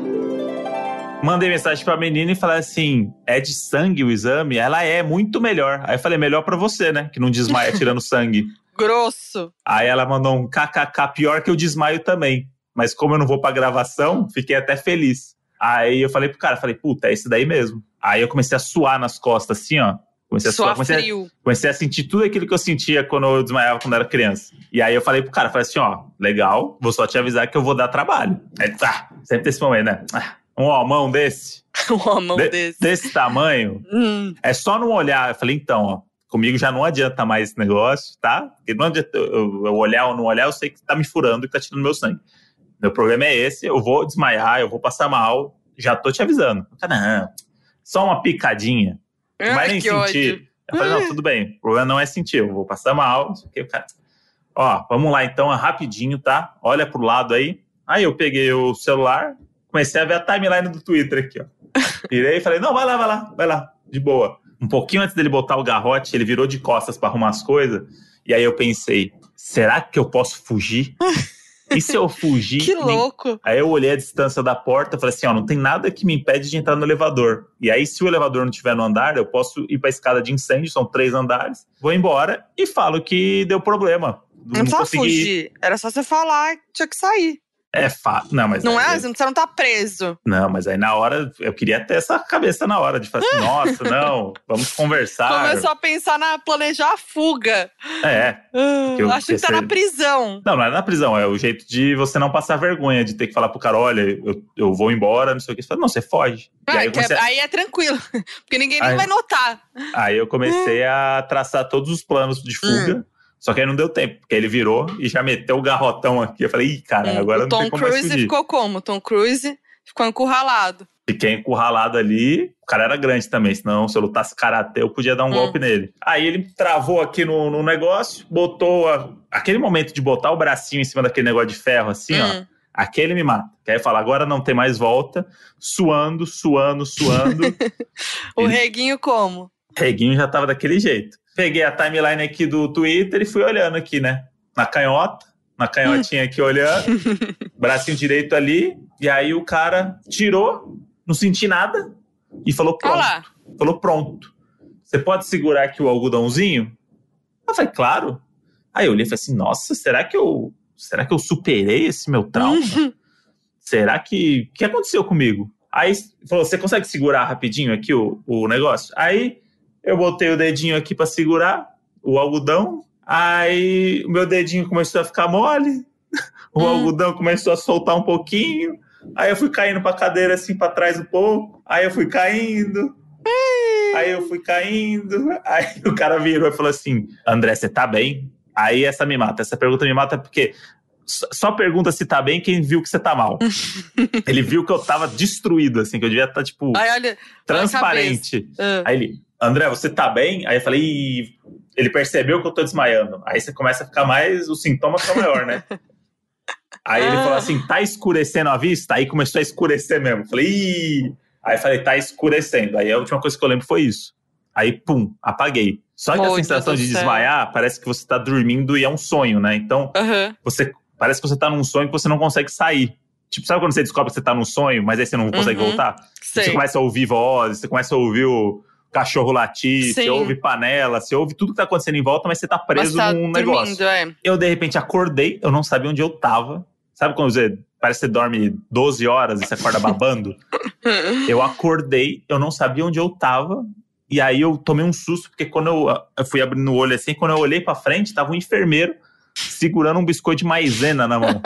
Mandei mensagem pra menina e falei assim, é de sangue o exame? Ela é muito melhor. Aí eu falei, melhor pra você, né? Que não desmaia tirando sangue. Grosso. Aí ela mandou um kkk, pior que eu desmaio também. Mas como eu não vou pra gravação, fiquei até feliz. Aí eu falei pro cara, falei, puta, é esse daí mesmo. Aí eu comecei a suar nas costas, assim, ó. Comecei a Suar suar, comecei frio. a, comecei a sentir tudo aquilo que eu sentia quando eu desmaiava quando era criança. E aí eu falei pro cara, falei assim, ó, legal, vou só te avisar que eu vou dar trabalho. Aí, tá, sempre tem esse momento, né? Um homão desse. Um homão de, desse. Desse tamanho. Hum. É só não olhar. Eu falei, então, ó, comigo já não adianta mais esse negócio, tá? Porque não adianta eu, eu olhar ou não olhar, eu sei que tá me furando e tá tirando meu sangue. Meu problema é esse, eu vou desmaiar, eu vou passar mal, já tô te avisando. Não, só uma picadinha. Não vai Ai, nem que sentir. ódio. Eu falei, não, tudo bem. O problema não é sentir, eu vou passar mal. Não sei o que, cara. Ó, vamos lá então, rapidinho, tá? Olha pro lado aí. Aí eu peguei o celular, comecei a ver a timeline do Twitter aqui, ó. Virei e falei, não, vai lá, vai lá, vai lá, de boa. Um pouquinho antes dele botar o garrote, ele virou de costas pra arrumar as coisas. E aí eu pensei, será que eu posso fugir? E se eu fugir? Que louco. Nem... Aí eu olhei a distância da porta e falei assim, ó, não tem nada que me impede de entrar no elevador. E aí se o elevador não estiver no andar, eu posso ir pra escada de incêndio, são três andares. Vou embora e falo que deu problema. Não, não precisa fugir, era só você falar que tinha que sair. É fato. Não, mas não aí, é? Você não tá preso. Não, mas aí na hora, eu queria ter essa cabeça na hora de falar assim, nossa, não, vamos conversar. Começou a pensar na planejar a fuga. É. Uh, acho que tá na prisão. Não, não é na prisão, é o jeito de você não passar vergonha, de ter que falar pro cara, olha, eu, eu vou embora, não sei o que. Você fala, não, você foge. Ah, e aí, é, a... aí é tranquilo, porque ninguém nem aí, vai notar. Aí eu comecei a traçar todos os planos de fuga. Hum. Só que aí não deu tempo, porque ele virou e já meteu o garrotão aqui. Eu falei, ih, cara, hum, agora não tem como mais fugir. O Tom Cruise ficou como? O Tom Cruise ficou encurralado. Fiquei encurralado ali. O cara era grande também, senão se eu lutasse karatê, eu podia dar um hum. golpe nele. Aí ele travou aqui no, no negócio, botou... A, aquele momento de botar o bracinho em cima daquele negócio de ferro assim, hum. ó. Aquele me mata. Que aí fala, agora não tem mais volta. Suando, suando, suando. O ele... reguinho como? O reguinho já tava daquele jeito. Peguei a timeline aqui do Twitter e fui olhando aqui, né? Na canhota, na canhotinha aqui olhando, bracinho direito ali, e aí o cara tirou, não senti nada, e falou pronto. Olá. Falou pronto. Você pode segurar aqui o algodãozinho? Eu falei, claro. Aí eu olhei e falei assim, nossa, será que eu, será que eu superei esse meu trauma? Será que, o que aconteceu comigo? Aí falou, você consegue segurar rapidinho aqui o, o negócio? Aí... Eu botei o dedinho aqui pra segurar o algodão. Aí o meu dedinho começou a ficar mole. O hum. algodão começou a soltar um pouquinho. Aí eu fui caindo pra cadeira assim pra trás um pouco. Aí eu fui caindo. Aí eu fui caindo. Aí o cara virou e falou assim, André, você tá bem? Aí essa me mata. Essa pergunta me mata porque só pergunta se tá bem quem viu que você tá mal. Ele viu que eu tava destruído, assim, que eu devia estar, tipo, Ai, olha, transparente. Uh. Aí ele... André, você tá bem? Aí eu falei, Ih, ele percebeu que eu tô desmaiando. Aí você começa a ficar mais, os sintomas são maior, né? Aí ele falou assim, tá escurecendo a vista? Aí começou a escurecer mesmo. Eu falei, Ih. Aí eu falei, tá escurecendo. Aí a última coisa que eu lembro foi isso. Aí, pum, apaguei. Só que oh, a sensação de desmaiar, céu. Parece que você tá dormindo e é um sonho, né? Então, uhum. você, parece que você tá num sonho que você não consegue sair. Tipo, sabe quando você descobre que você tá num sonho, mas aí você não consegue uhum. voltar? Sei. Você começa a ouvir vozes, você começa a ouvir o... cachorro latir, Sim. você ouve panela, você ouve tudo que tá acontecendo em volta, mas você tá preso tá num dormindo, negócio. É. Eu, de repente, acordei, eu não sabia onde eu tava. Sabe quando você, parece que você dorme doze horas e você acorda babando? Eu acordei, eu não sabia onde eu tava, e aí eu tomei um susto, porque quando eu, eu fui abrindo o olho assim, quando eu olhei pra frente, tava um enfermeiro segurando um biscoito de maisena na mão.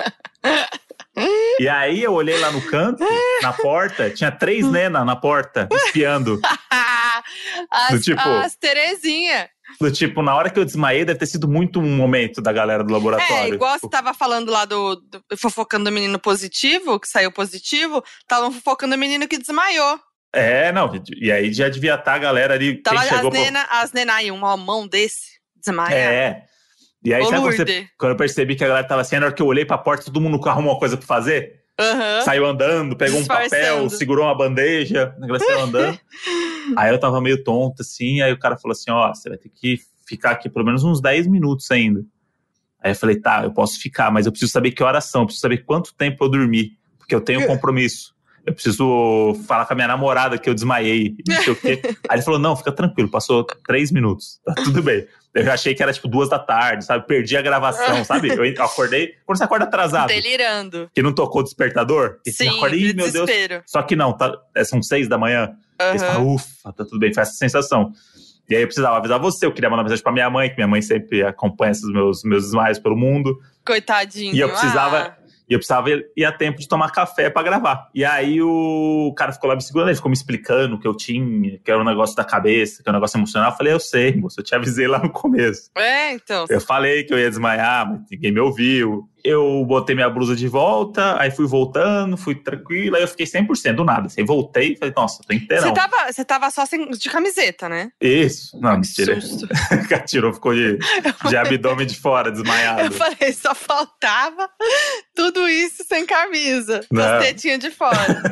E aí eu olhei lá no canto, na porta, tinha três nenas na porta, espiando. As, do tipo, as Terezinha. Do tipo, na hora que eu desmaiei, deve ter sido muito um momento da galera do laboratório. É, igual você tava falando lá do, do fofocando o menino positivo, que saiu positivo, estavam fofocando o menino que desmaiou. É, não, e aí já devia estar a galera ali. Tava quem chegou as nenas, pro... as nena aí, uma mão desse, desmaiar. É. E aí, Ô, sabe quando, você, quando eu percebi que a galera tava assim, na hora que eu olhei pra porta, todo mundo arrumou uma coisa pra fazer? Uhum. Saiu andando, pegou um papel, segurou uma bandeja, o negócio saiu andando. Aí eu tava meio tonto, assim, aí o cara falou assim, ó, você vai ter que ficar aqui pelo menos uns dez minutos ainda. Aí eu falei, tá, eu posso ficar, mas eu preciso saber que horas são, eu preciso saber quanto tempo eu dormi, porque eu tenho um compromisso. Eu preciso falar com a minha namorada que eu desmaiei, não sei o quê. Aí ele falou, não, fica tranquilo, passou três minutos, tá tudo bem. Eu já achei que era tipo duas da tarde, sabe? Perdi a gravação, sabe? Eu acordei, quando você acorda atrasado. Delirando. Que não tocou o despertador. E sim, você acorda, ih, meu Deus. Só que não, tá, são seis da manhã. Uhum. E você fala, ufa, tá tudo bem, foi essa sensação. E aí eu precisava avisar você, eu queria mandar mensagem pra minha mãe, que minha mãe sempre acompanha esses meus, meus desmaios pelo mundo. Coitadinho. E eu precisava... Ah. E eu precisava ir, ir a tempo de tomar café pra gravar. E aí o cara ficou lá me segurando, ele ficou me explicando o que eu tinha, que era um negócio da cabeça, que era um negócio emocional. Eu falei, eu sei, moço, eu te avisei lá no começo. É, então. Eu falei que eu ia desmaiar, mas ninguém me ouviu. Eu botei minha blusa de volta, aí fui voltando, fui tranquilo, aí eu fiquei cem por cento do nada. Assim, voltei e falei, nossa, tô inteirão. Você tava, você tava só sem, de camiseta, né? Isso. Não, mentira. Susto. Tirou, ficou de, de abdômen de fora, desmaiado. Eu falei, só faltava tudo isso sem camisa. Não. As tetinhas de fora.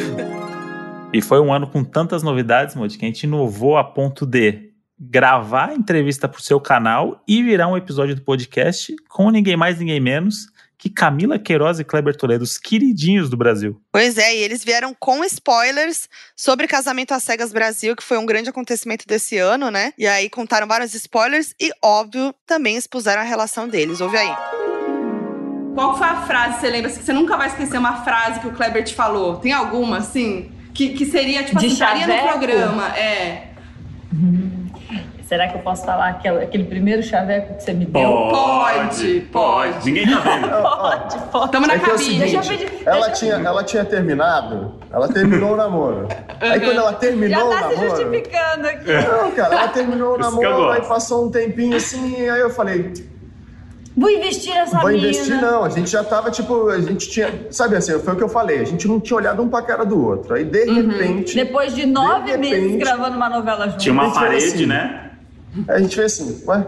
E foi um ano com tantas novidades, Modi, que a gente inovou a ponto de gravar a entrevista pro seu canal e virar um episódio do podcast com ninguém mais, ninguém menos que Camila Queiroz e Kleber Toledo, os queridinhos do Brasil. Pois é, e eles vieram com spoilers sobre Casamento às Cegas Brasil, que foi um grande acontecimento desse ano, né? E aí contaram vários spoilers e, óbvio, também expuseram a relação deles. Ouve aí. Qual foi a frase, você lembra? Você nunca vai esquecer uma frase que o Kleber te falou. Tem alguma, assim? Que, que seria, tipo, De assim, estaria no chaveco? programa. É. Hum. Será que eu posso falar aquele, aquele primeiro chaveco que você me deu? Pode, pode. Ninguém tá vendo. Pode, pode. Tamo na É que é o cabine. seguinte, Deixa eu pedir- ela, deixa- tinha, ela tinha terminado, ela terminou o namoro. Aí quando ela Já terminou tá o se namoro... justificando aqui. Não, cara, ela terminou o Isso que eu namoro, aí gosto. passou um tempinho assim, aí eu falei, Vou investir nessa vou mina. investir não, a gente já tava tipo, a gente tinha, sabe assim, foi o que eu falei, a gente não tinha olhado um pra cara do outro, aí de repente, Depois de nove De meses repente- gravando uma novela junto. Tinha uma Gente, era parede, assim. né? a gente fez assim, ué,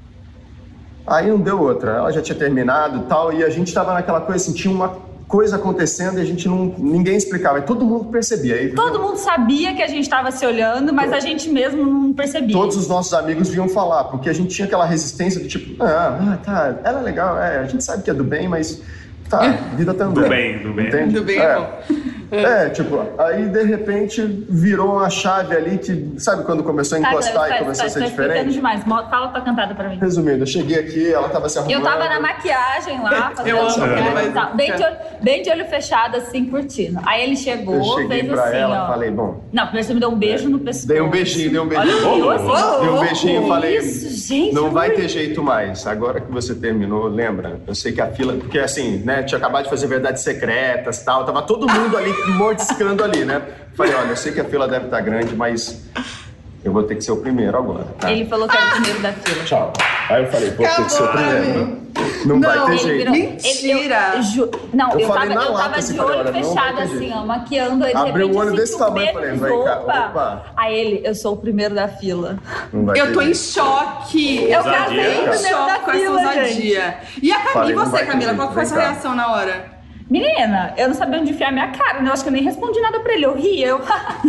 aí não deu outra, ela já tinha terminado e tal, e a gente tava naquela coisa assim, tinha uma coisa acontecendo e a gente não, ninguém explicava, e todo mundo percebia. Aí, Todo mundo sabia que a gente tava se olhando, mas a gente mesmo não percebia. Todos os nossos amigos vinham falar, porque a gente tinha aquela resistência do tipo, ah, ah, tá, ela é legal, é, a gente sabe que é do bem, mas tá, a vida tá andando. Do bem, do bem. Entende? Do bem é é. bom. É, tipo, aí de repente virou uma chave ali que, sabe quando começou a Tá, encostar tá, e tá, começou tá, a ser tá explicando diferente? demais. Mo- Fala tua cantada pra mim. Resumindo, eu cheguei aqui, ela tava se arrumando. Eu tava na maquiagem lá, fazendo Eu amo maquiagem quando vai- e tal, bem, de olho, bem de olho fechado, assim, curtindo. Aí ele chegou, Eu cheguei fez pra assim, ela ó. e falei, bom, Não, primeiro você me deu um beijo no pescoço. dei um beijinho, dei um beijinho. Olha, eu, assim, Dei um beijinho e falei, Isso, gente, não vai muito- ter jeito mais. Agora que você terminou, lembra? Eu sei que a fila, porque assim, né, tinha acabado de fazer Verdades Secretas e tal, tava todo mundo ali mordiscando ali, né? Falei, olha, eu sei que a fila deve estar grande, mas eu vou ter que ser o primeiro agora. Tá? Ele falou que era o primeiro da fila. Tchau. Aí eu falei, vou ter que ser o Acabou, primeiro. Não, Não, vai ter Ele jeito. virou- Mentira! ele- eu ju- não, Eu eu, falei tava, na eu lata, tava assim, de falei, olho olha, não vai fechado, ter assim, jeito. ó, maquiando. Aí, de Abriu repente, o olho eu desse senti um tamanho, beijo, falei, vem cá, opa. opa. Aí ele, eu sou o primeiro da fila. Não vai Eu ter tô em jeito. choque. Eu Ousadia, casei cara. o primeiro da choque com essa fila, gente. ousadia. E a Camila, Falei, e não você, vai ter Camila, jeito, qual foi a vem sua cá. reação na hora? Menina, eu não sabia onde enfiar minha cara, né? Eu acho que eu nem respondi nada pra ele. Eu ri, eu...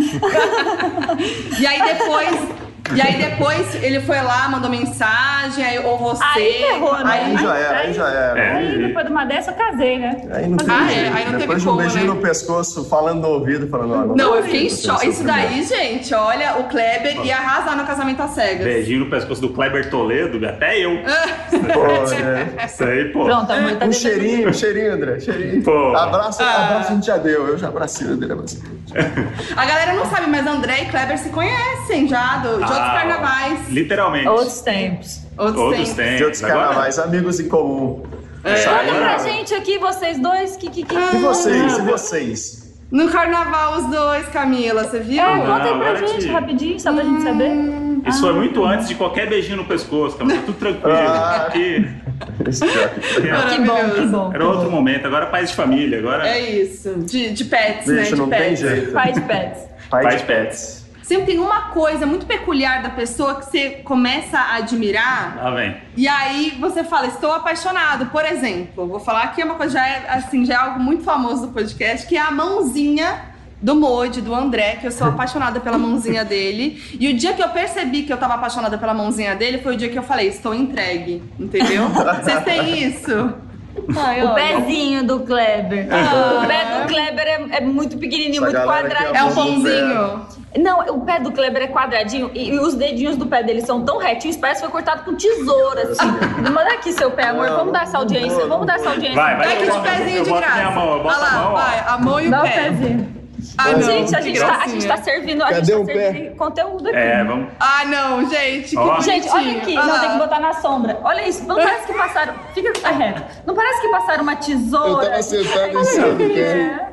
E aí depois. E aí depois ele foi lá, mandou mensagem, aí, ou você. Aí ferrou, né? Aí já era, aí já era. É. Aí, depois de uma dessa, eu casei, né? Aí não teve Ah, é? jeito. Aí não teve Depois de um como, beijinho né? no pescoço, falando no ouvido, falando... ó, Não, vai eu fiquei em ter que ser choque. o Isso primeiro. daí, gente, olha, o Kleber ia arrasar no Casamento às Cegas. Beijinho no pescoço do Kleber Toledo, até eu. Pô, né? Isso aí, pô. Pronto, amor, tá Um bebendo. cheirinho, um cheirinho, André, cheirinho. Pô. Abraço, Ah. abraço a gente já deu, eu já abracei o André. Mas... A galera não sabe, mas André e Kleber se conhecem já, do, de outros Ah, carnavais. Literalmente. Outros tempos. Outros, Outros tempos. tempos. De outros Agora- carnavais, amigos em comum. É. Sabe? Conta pra Agora- gente aqui, vocês dois, que... que, que... E vocês, e vocês? No carnaval, os dois, Camila, você viu? É, Não, conta aí pra agora gente, te- rapidinho, só pra gente saber. Isso foi muito antes de qualquer beijinho no pescoço, cara. Tá tudo tranquilo. Ah. Aqui. Esse cara. Que bom, que bom. Era outro momento, agora é paz de família. Agora É isso. De, de pets, né? Bicho, De não tem pets. jeito. Pai de pets. Pai paz de de pets. Sempre tem uma coisa muito peculiar da pessoa que você começa a admirar. Lá vem. E aí você fala, estou apaixonado. Por exemplo, vou falar que é uma coisa, já é, assim, já é algo muito famoso do podcast, que é a mãozinha do Modi, do André, que eu sou apaixonada pela mãozinha dele. E o dia que eu percebi que eu tava apaixonada pela mãozinha dele foi o dia que eu falei, estou entregue, entendeu? Vocês têm isso? Ai, O olha. pezinho do Kleber. O pé do Kleber é, é muito pequenininho, Essa muito galera aqui quadradinho. É um Bom, pãozinho. Não, o pé do Kleber é quadradinho e, e os dedinhos do pé dele são tão retinhos, parece que foi cortado com tesoura, assim. Manda aqui seu pé, amor. Vamos dar essa audiência. Vamos dar essa audiência. Vai, vai. Vai aqui eu de boto- pezinho eu de boto graça. minha mão, eu boto Olha lá, a mão, ó. vai, a mão e o Dá o pé. pezinho. Ah, não. Gente, a gente, tá, a gente tá servindo, a Cadê gente tá um pé? servindo conteúdo aqui. É, vamos. Ah, não, gente. Que Ó. Gente, olha aqui. Ah, Não, tem que botar na sombra. Olha isso. Não parece que passaram... Fica reto. Não parece que passaram uma tesoura? Eu tava sentado em cima do pé.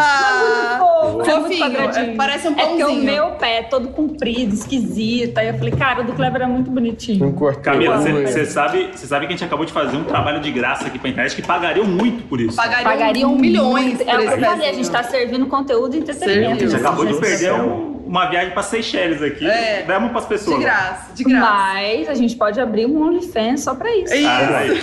Ah, Fofo, é muito fofinho. quadradinho. Parece um É porque pãozinho. o meu pé é todo comprido, esquisito. Aí eu falei, cara, o do Kleber é muito bonitinho. Não cortou. Camila, Não, você sabe, você sabe que a gente acabou de fazer um trabalho de graça aqui pra internet que pagariam muito por isso. Pagariam, Pagariam milhões. muito. É o que eu falei, a gente tá servindo conteúdo e entretenimento. A gente Serviu. acabou de Gente, perder céu. um- uma viagem pra Seychelles aqui. É. Demos pras pessoas. De graça, de graça. Mas a gente pode abrir um OnlyFans só pra isso. Ah, aí.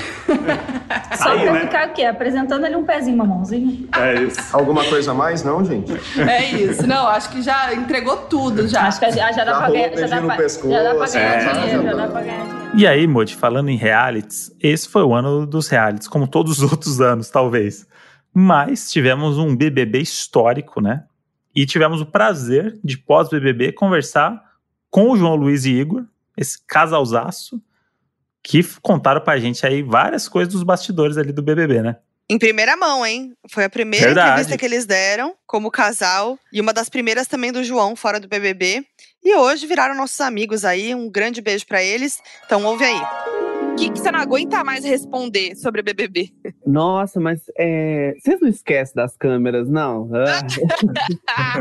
Só Aí, pra né? ficar o quê? Apresentando ali um pezinho, uma mãozinha. É isso. Alguma coisa a mais, não, gente? É isso. Não, acho que já entregou tudo já. Acho que já, já dá Já pra rolou ganhar. Já dá beijinho no pra, pescoço, já dá pra ganhar é. dinheiro, já Já dá tá. pra ganhar dinheiro. E aí, Modi, falando em realities, esse foi o ano dos realities, como todos os outros anos, talvez. Mas tivemos um B B B histórico, né? E tivemos o prazer de, pós-B B B, conversar com o João Luiz e Igor, esse casalzaço, que f- contaram pra gente aí várias coisas dos bastidores ali do B B B, né? Em primeira mão, hein? Foi a primeira Verdade. entrevista que eles deram como casal. E uma das primeiras também do João, fora do B B B. E hoje viraram nossos amigos aí. Um grande beijo pra eles. Então ouve aí. O que, que você não aguenta mais responder sobre B B B? Nossa, mas é, vocês não esquecem das câmeras, não? Ah.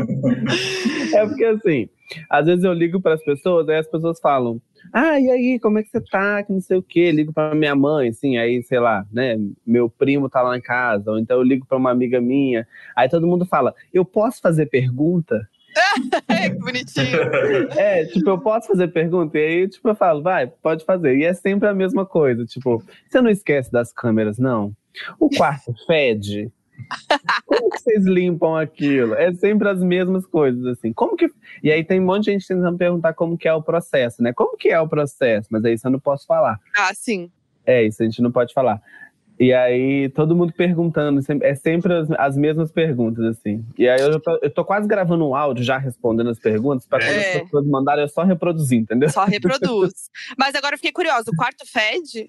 É porque assim, às vezes eu ligo para as pessoas, aí as pessoas falam: ah, e aí, como é que você tá? Que não sei o quê. Ligo para minha mãe, assim, aí, sei lá, né? Meu primo tá lá em casa, ou então eu ligo para uma amiga minha. Aí todo mundo fala: eu posso fazer pergunta? Que bonitinho. É, tipo, eu posso fazer pergunta? E aí, tipo, eu falo, vai, pode fazer. E é sempre a mesma coisa, tipo, você não esquece das câmeras, não? O quarto fede? Como que vocês limpam aquilo? É sempre as mesmas coisas, assim. Como que... E aí tem um monte de gente tentando perguntar como que é o processo, né? Como que é o processo? Mas aí isso eu não posso falar. Ah, sim. É, isso a gente não pode falar. E aí, todo mundo perguntando, é sempre as, as mesmas perguntas, assim. E aí, eu tô, eu tô quase gravando um áudio já respondendo as perguntas, pra quando É. as pessoas mandarem, eu só reproduzir, entendeu? Só reproduz. Mas agora eu fiquei curiosa. O quarto fede?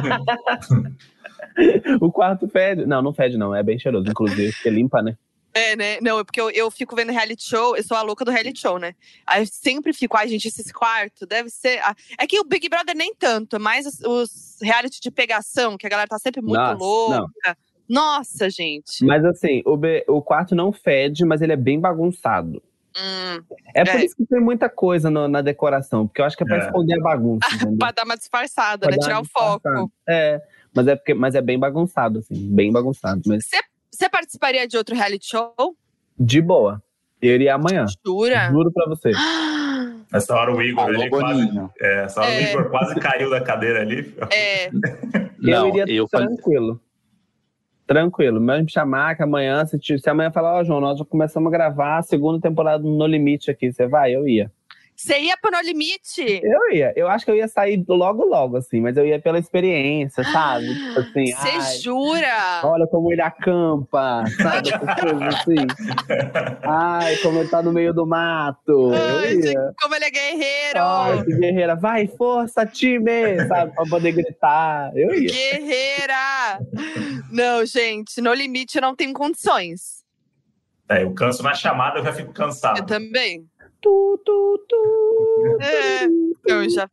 O quarto fede. Não, não fede, não. É bem cheiroso, inclusive, porque limpa, né? É, né? Não, é porque eu, eu fico vendo reality show, eu sou a louca do reality show, né? Aí eu sempre fico, ai, gente, esse quarto deve ser. ah, É que o Big Brother nem tanto, mas os, os reality de pegação, que a galera tá sempre muito Nossa, louca. Nossa, gente. Mas assim, o, be- o quarto não fede, mas ele é bem bagunçado. Hum, É por É. isso que tem muita coisa no- na decoração, porque eu acho que é pra É. esconder a bagunça, entendeu? pra dar uma disfarçada, Pra né? dar Tirar uma o foco. disfarçada. É, mas é, porque, mas é bem bagunçado, assim, bem bagunçado. Mas Você participaria de outro reality show? de boa. Eu iria amanhã. Jura? Juro pra você. Nessa hora o Igor, Alô, ele quase, Boninho. é, essa hora É. o Igor quase caiu da cadeira ali. É. eu Não, iria eu falei- tranquilo. Tranquilo. Mas me chamar que amanhã, se, te- se amanhã falar, ó, João, nós já começamos a gravar a segunda temporada do No Limite aqui. Você vai? Eu ia. Você ia pro No Limite? Eu ia. Eu acho que eu ia sair logo, logo, assim. Mas eu ia pela experiência, sabe? Tipo assim, ai, Você jura? olha como ele acampa, sabe? Essas coisas assim. Ai, como ele tá no meio do mato. Ai, Eu gente, ia. como ele é guerreiro! Ai, que guerreira. Vai, força, time! Sabe? Pra poder gritar. Eu ia. Guerreira! Não, gente, No Limite eu não tenho condições. É, eu canso na chamada, eu já fico cansado. Eu também. Tu, tu, tu. É, eu já.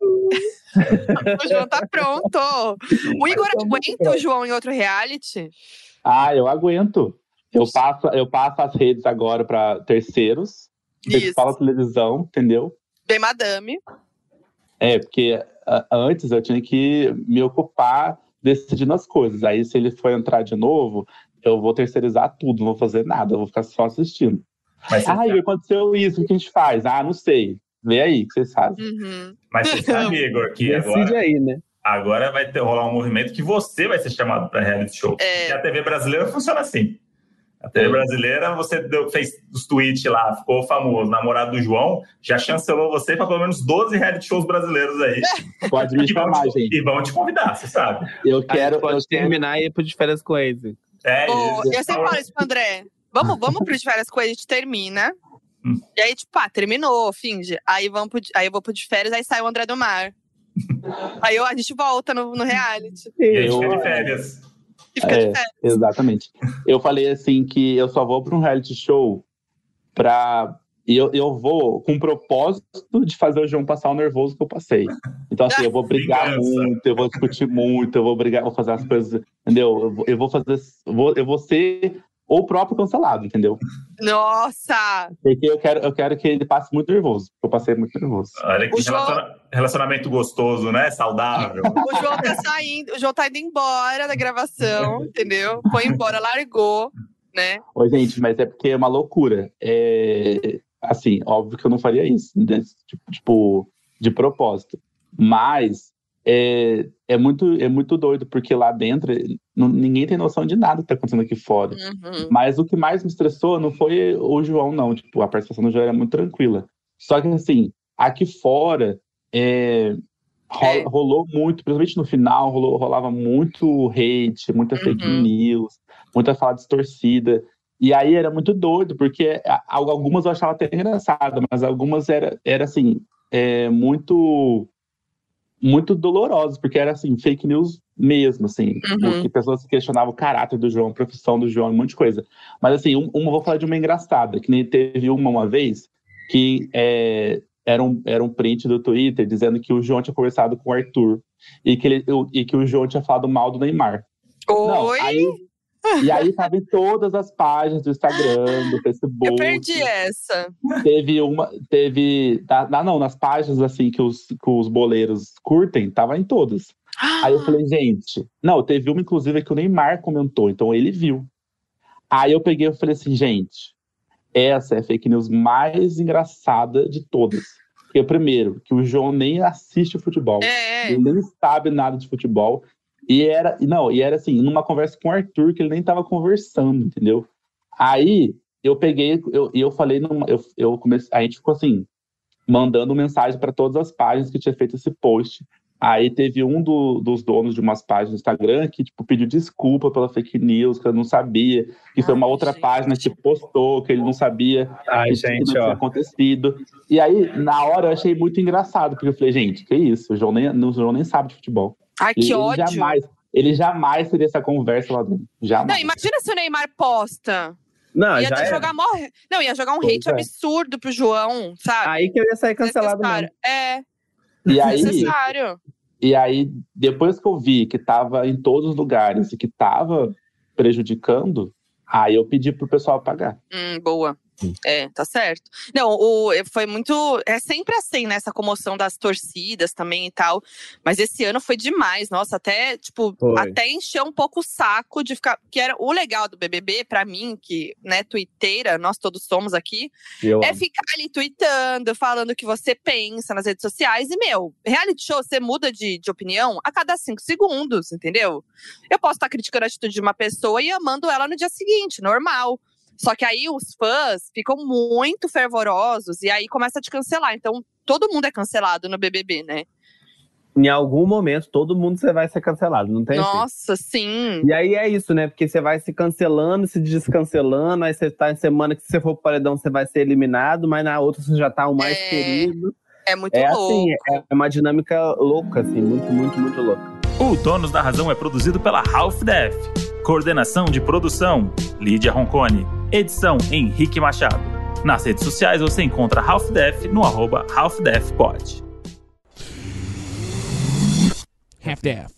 O João tá pronto. O Igor aguenta o João em outro reality? Ah, eu aguento. Eu passo, eu passo as redes agora para terceiros. Isso. Fala televisão, entendeu? Bem, madame. É, porque a- antes eu tinha que me ocupar decidindo as coisas. Aí, se ele for entrar de novo, eu vou terceirizar tudo, não vou fazer nada, eu vou ficar só assistindo. Mas você, Ah, Igor, aconteceu isso, o que a gente faz? Ah, não sei. Vê aí, o que vocês fazem. Uhum. mas você sabe, Igor, que Decide agora, aí, né? agora vai ter, rolar um movimento que você vai ser chamado para reality show. É. Porque a T V brasileira funciona assim. A T V brasileira, você deu- fez os tweets lá, ficou famoso, namorado do João, já chancelou você para pelo menos doze reality shows brasileiros aí. Pode me E vão, chamar, te, gente. e vão te convidar, você sabe. Eu A quero. gente pode Eu quero... terminar e ir pro de férias com eles. É Ô, isso. eu sempre falo isso pro André. Vamos, vamos pro de férias com ele, a gente termina. Hum. E aí, tipo, pá, terminou, finge. Aí, vamos pro, aí eu vou pro de férias, aí sai o André do Mar. Aí eu, a gente volta no, no reality. E a gente Eu- fica de férias. E fica É. de férias. Exatamente. Eu falei assim que eu só vou para um reality show pra... E eu, eu vou com o propósito de fazer o João passar o nervoso que eu passei. Então, assim, eu vou brigar muito, eu vou discutir muito, eu vou brigar, vou fazer as coisas, entendeu? Eu vou, eu vou fazer... Eu vou, eu vou ser o próprio cancelado, entendeu? Nossa! Porque eu quero, eu quero que ele passe muito nervoso, porque eu passei muito nervoso. Olha que João... relaciona... relacionamento gostoso, né? Saudável. O João tá saindo, o João tá indo embora da gravação, entendeu? Foi embora, largou, né? Ô, gente, mas é porque é uma loucura. É... Assim, óbvio que eu não faria isso, né? tipo, tipo, de propósito. Mas é, é, muito, é muito doido, porque lá dentro não, ninguém tem noção de nada que tá acontecendo aqui fora. Uhum. Mas o que mais me estressou não foi o João, não. Tipo, a participação do João era muito tranquila. Só que, assim, aqui fora é, ro- É. rolou muito, principalmente no final, rolou, rolava muito hate, muita fake Uhum. news, muita fala distorcida. E aí era muito doido, porque a- algumas eu achava até engraçada, mas algumas era, era assim, é, muito, muito dolorosas, porque era assim, fake news mesmo, assim, Uhum. porque pessoas questionavam o caráter do João, a profissão do João, um monte de coisa. Mas assim, um, uma, vou falar de uma engraçada, que nem teve uma uma vez, que é, era, um, era um print do Twitter dizendo que o João tinha conversado com o Arthur, e que, ele, eu- e que o João tinha falado mal do Neymar. Não, Oi? aí, e aí tava em todas as páginas do Instagram, do Facebook. Eu perdi essa. Teve uma. Teve. Tá, tá, não, nas páginas assim que os, que os boleiros curtem, tava em todas. Aí eu falei, gente. Não, teve uma, inclusive, que o Neymar comentou, então ele viu. Aí eu peguei e falei assim, gente, essa é a fake news mais engraçada de todas. Porque, primeiro, que o João nem assiste futebol. É. Ele nem sabe nada de futebol. E era, não, e era assim, numa conversa com o Arthur, que ele nem tava conversando, entendeu? Aí, eu peguei, eu, eu falei, numa, eu, eu comecei, a gente ficou assim, mandando mensagem para todas as páginas que tinha feito esse post. Aí teve um do, dos donos de umas páginas do Instagram que, tipo, pediu desculpa pela fake news, que eu não sabia, que foi uma Ai, outra gente. página que postou, que ele não sabia Ai, que, que gente, não tinha ó. acontecido. E aí, na hora, eu achei muito engraçado, porque eu falei, gente, que isso, o João nem, o João nem sabe de futebol. Ai, que Ele, ele ódio. jamais, ele jamais teria essa conversa lá dentro. Não, Jamais. imagina se o Neymar posta. Não, ia já é. jogar morre. Não, ia jogar um Pois hate é. absurdo pro João, sabe? Aí que eu ia sair cancelado Necessário. mesmo. É, E aí, necessário. e aí, depois que eu vi que tava em todos os lugares e que tava prejudicando, aí eu pedi pro pessoal pagar. Hum, boa. É, tá certo. Não, o, foi muito. É sempre assim, né? Essa comoção das torcidas também e tal. Mas esse ano foi demais. Nossa, até, tipo, Foi. até encheu um pouco o saco de ficar. Que era o legal do B B B, pra mim, que, né, tuiteira, nós todos somos aqui, Eu é amo. ficar ali tweetando, falando o que você pensa nas redes sociais. E, meu, reality show, você muda de, de opinião a cada cinco segundos, entendeu? Eu posso estar criticando a atitude de uma pessoa e amando ela no dia seguinte, normal. Só que aí os fãs ficam muito fervorosos e aí começa a te cancelar. Então, todo mundo é cancelado no B B B, né? Em algum momento, todo mundo você vai ser cancelado, não tem jeito. Nossa, sim. E aí é isso, né? Porque você vai se cancelando, se descancelando, aí você tá em semana que se você for pro paredão, você vai ser eliminado, mas na outra você já tá o mais É, querido. É muito É louco. assim, é uma dinâmica louca, assim, muito, muito, muito louca. O Donos da Razão é produzido pela Half Def. Coordenação de produção, Lídia Roncone. Edição, Henrique Machado. Nas redes sociais você encontra Half Def no arroba Half Def Pod. Half-Deaf.